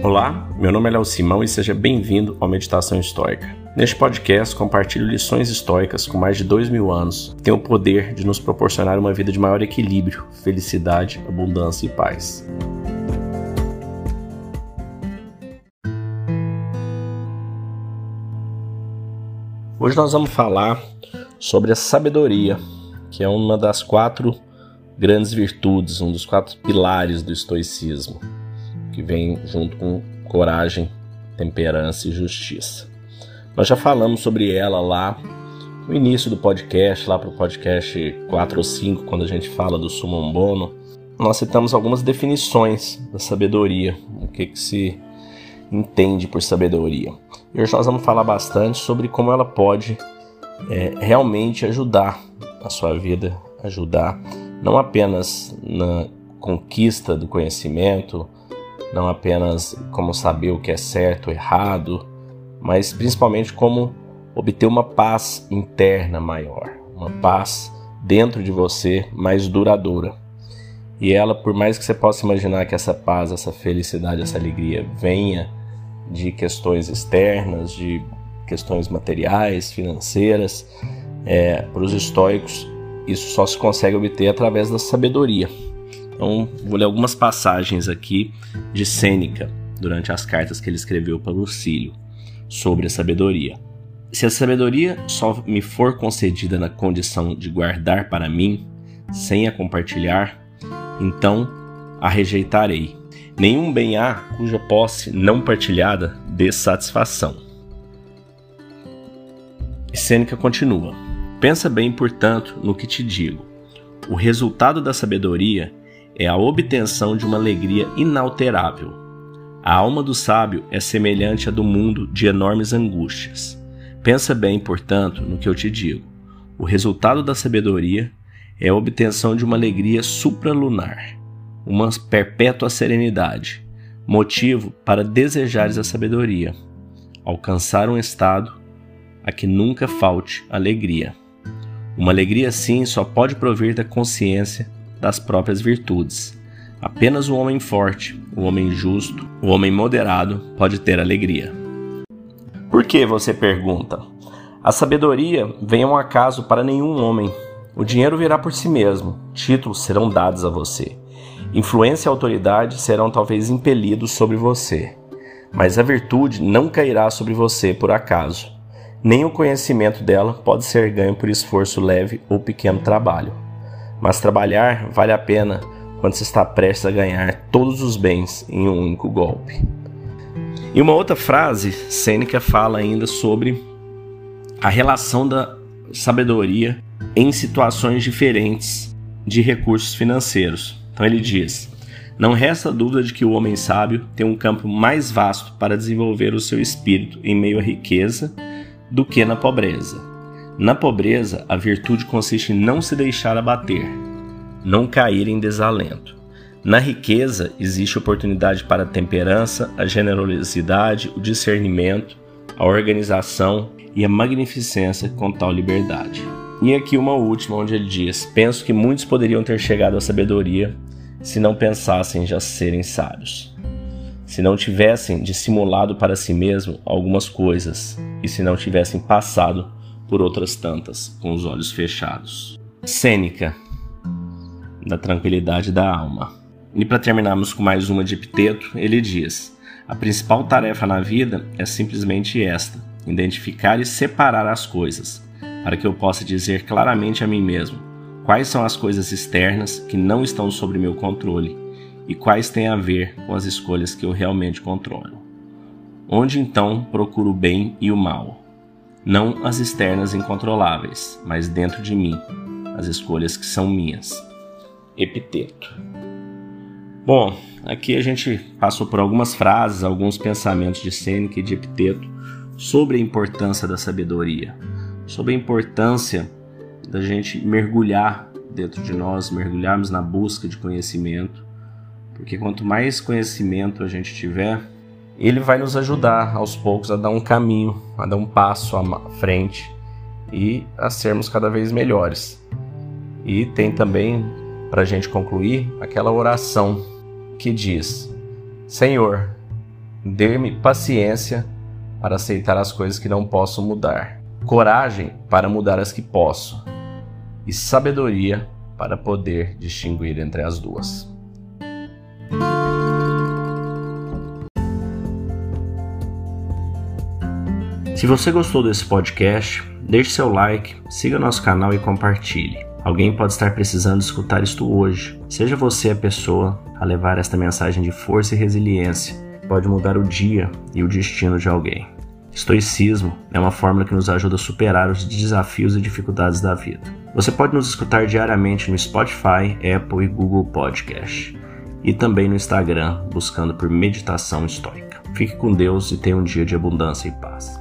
Olá, meu nome é Léo Simão e seja bem-vindo ao Meditação Estoica. Neste podcast, compartilho lições estoicas com mais de 2000 anos que têm o poder de nos proporcionar uma vida de maior equilíbrio, felicidade, abundância e paz. Hoje nós vamos falar sobre a sabedoria, que é uma das 4 grandes virtudes, um dos 4 pilares do estoicismo, que vem junto com coragem, temperança e justiça. Nós já falamos sobre ela lá no início do podcast, lá para o podcast 4 ou 5, quando a gente fala do Summum Bonum. Nós citamos algumas definições da sabedoria, o que se entende por sabedoria. E hoje nós vamos falar bastante sobre como ela pode realmente ajudar a sua vida, ajudar não apenas na conquista do conhecimento, não apenas como saber o que é certo ou errado, mas principalmente como obter uma paz interna maior, uma paz dentro de você mais duradoura. E ela, por mais que você possa imaginar que essa paz, essa felicidade, essa alegria venha de questões externas, de questões materiais, financeiras, para os estoicos isso só se consegue obter através da sabedoria. Então vou ler algumas passagens aqui de Sêneca durante as cartas que ele escreveu para Lucílio sobre a sabedoria. Se a sabedoria só me for concedida na condição de guardar para mim, sem a compartilhar, então a rejeitarei. Nenhum bem há cuja posse não partilhada dê satisfação. E Sêneca continua: pensa bem, portanto, no que te digo. O resultado da sabedoria é a obtenção de uma alegria inalterável. A alma do sábio é semelhante à do mundo de enormes angústias. Pensa bem, portanto, no que eu te digo. O resultado da sabedoria é a obtenção de uma alegria supralunar, uma perpétua serenidade, motivo para desejares a sabedoria, alcançar um estado a que nunca falte alegria. Uma alegria assim só pode provir da consciência das próprias virtudes. Apenas o homem forte, o homem justo, o homem moderado pode ter alegria. Por que, você pergunta? A sabedoria vem ao acaso para nenhum homem. O dinheiro virá por si mesmo, títulos serão dados a você. Influência e autoridade serão talvez impelidos sobre você. Mas a virtude não cairá sobre você por acaso. Nem o conhecimento dela pode ser ganho por esforço leve ou pequeno trabalho. Mas trabalhar vale a pena quando se está prestes a ganhar todos os bens em um único golpe. Em uma outra frase, Sêneca fala ainda sobre a relação da sabedoria em situações diferentes de recursos financeiros. Então ele diz: não resta dúvida de que o homem sábio tem um campo mais vasto para desenvolver o seu espírito em meio à riqueza do que na pobreza. Na pobreza, a virtude consiste em não se deixar abater, não cair em desalento. Na riqueza, existe oportunidade para a temperança, a generosidade, o discernimento, a organização e a magnificência com tal liberdade. E aqui uma última, onde ele diz: penso que muitos poderiam ter chegado à sabedoria se não pensassem já serem sábios, se não tivessem dissimulado para si mesmo algumas coisas e se não tivessem passado por outras tantas com os olhos fechados. Sêneca, da tranquilidade da alma. E para terminarmos com mais uma de Epiteto, ele diz: a principal tarefa na vida é simplesmente esta: identificar e separar as coisas, para que eu possa dizer claramente a mim mesmo quais são as coisas externas que não estão sob meu controle e quais têm a ver com as escolhas que eu realmente controlo. Onde então procuro o bem e o mal? Não as externas incontroláveis, mas dentro de mim, as escolhas que são minhas. Epiteto. Bom, aqui a gente passou por algumas frases, alguns pensamentos de Sêneca e de Epiteto sobre a importância da sabedoria, sobre a importância da gente mergulhar dentro de nós, mergulharmos na busca de conhecimento, porque quanto mais conhecimento a gente tiver, ele vai nos ajudar aos poucos a dar um caminho, a dar um passo à frente e a sermos cada vez melhores. E tem também, para a gente concluir, aquela oração que diz: Senhor, Dê-me paciência para aceitar as coisas que não posso mudar, coragem para mudar as que posso, e sabedoria para poder distinguir entre as duas. Se você gostou desse podcast, deixe seu like, siga nosso canal e compartilhe. Alguém pode estar precisando escutar isto hoje. Seja você a pessoa a levar esta mensagem de força e resiliência. Pode mudar o dia e o destino de alguém. Estoicismo é uma fórmula que nos ajuda a superar os desafios e dificuldades da vida. Você pode nos escutar diariamente no Spotify, Apple e Google Podcast. E também no Instagram, buscando por Meditação Estoica. Fique com Deus e tenha um dia de abundância e paz.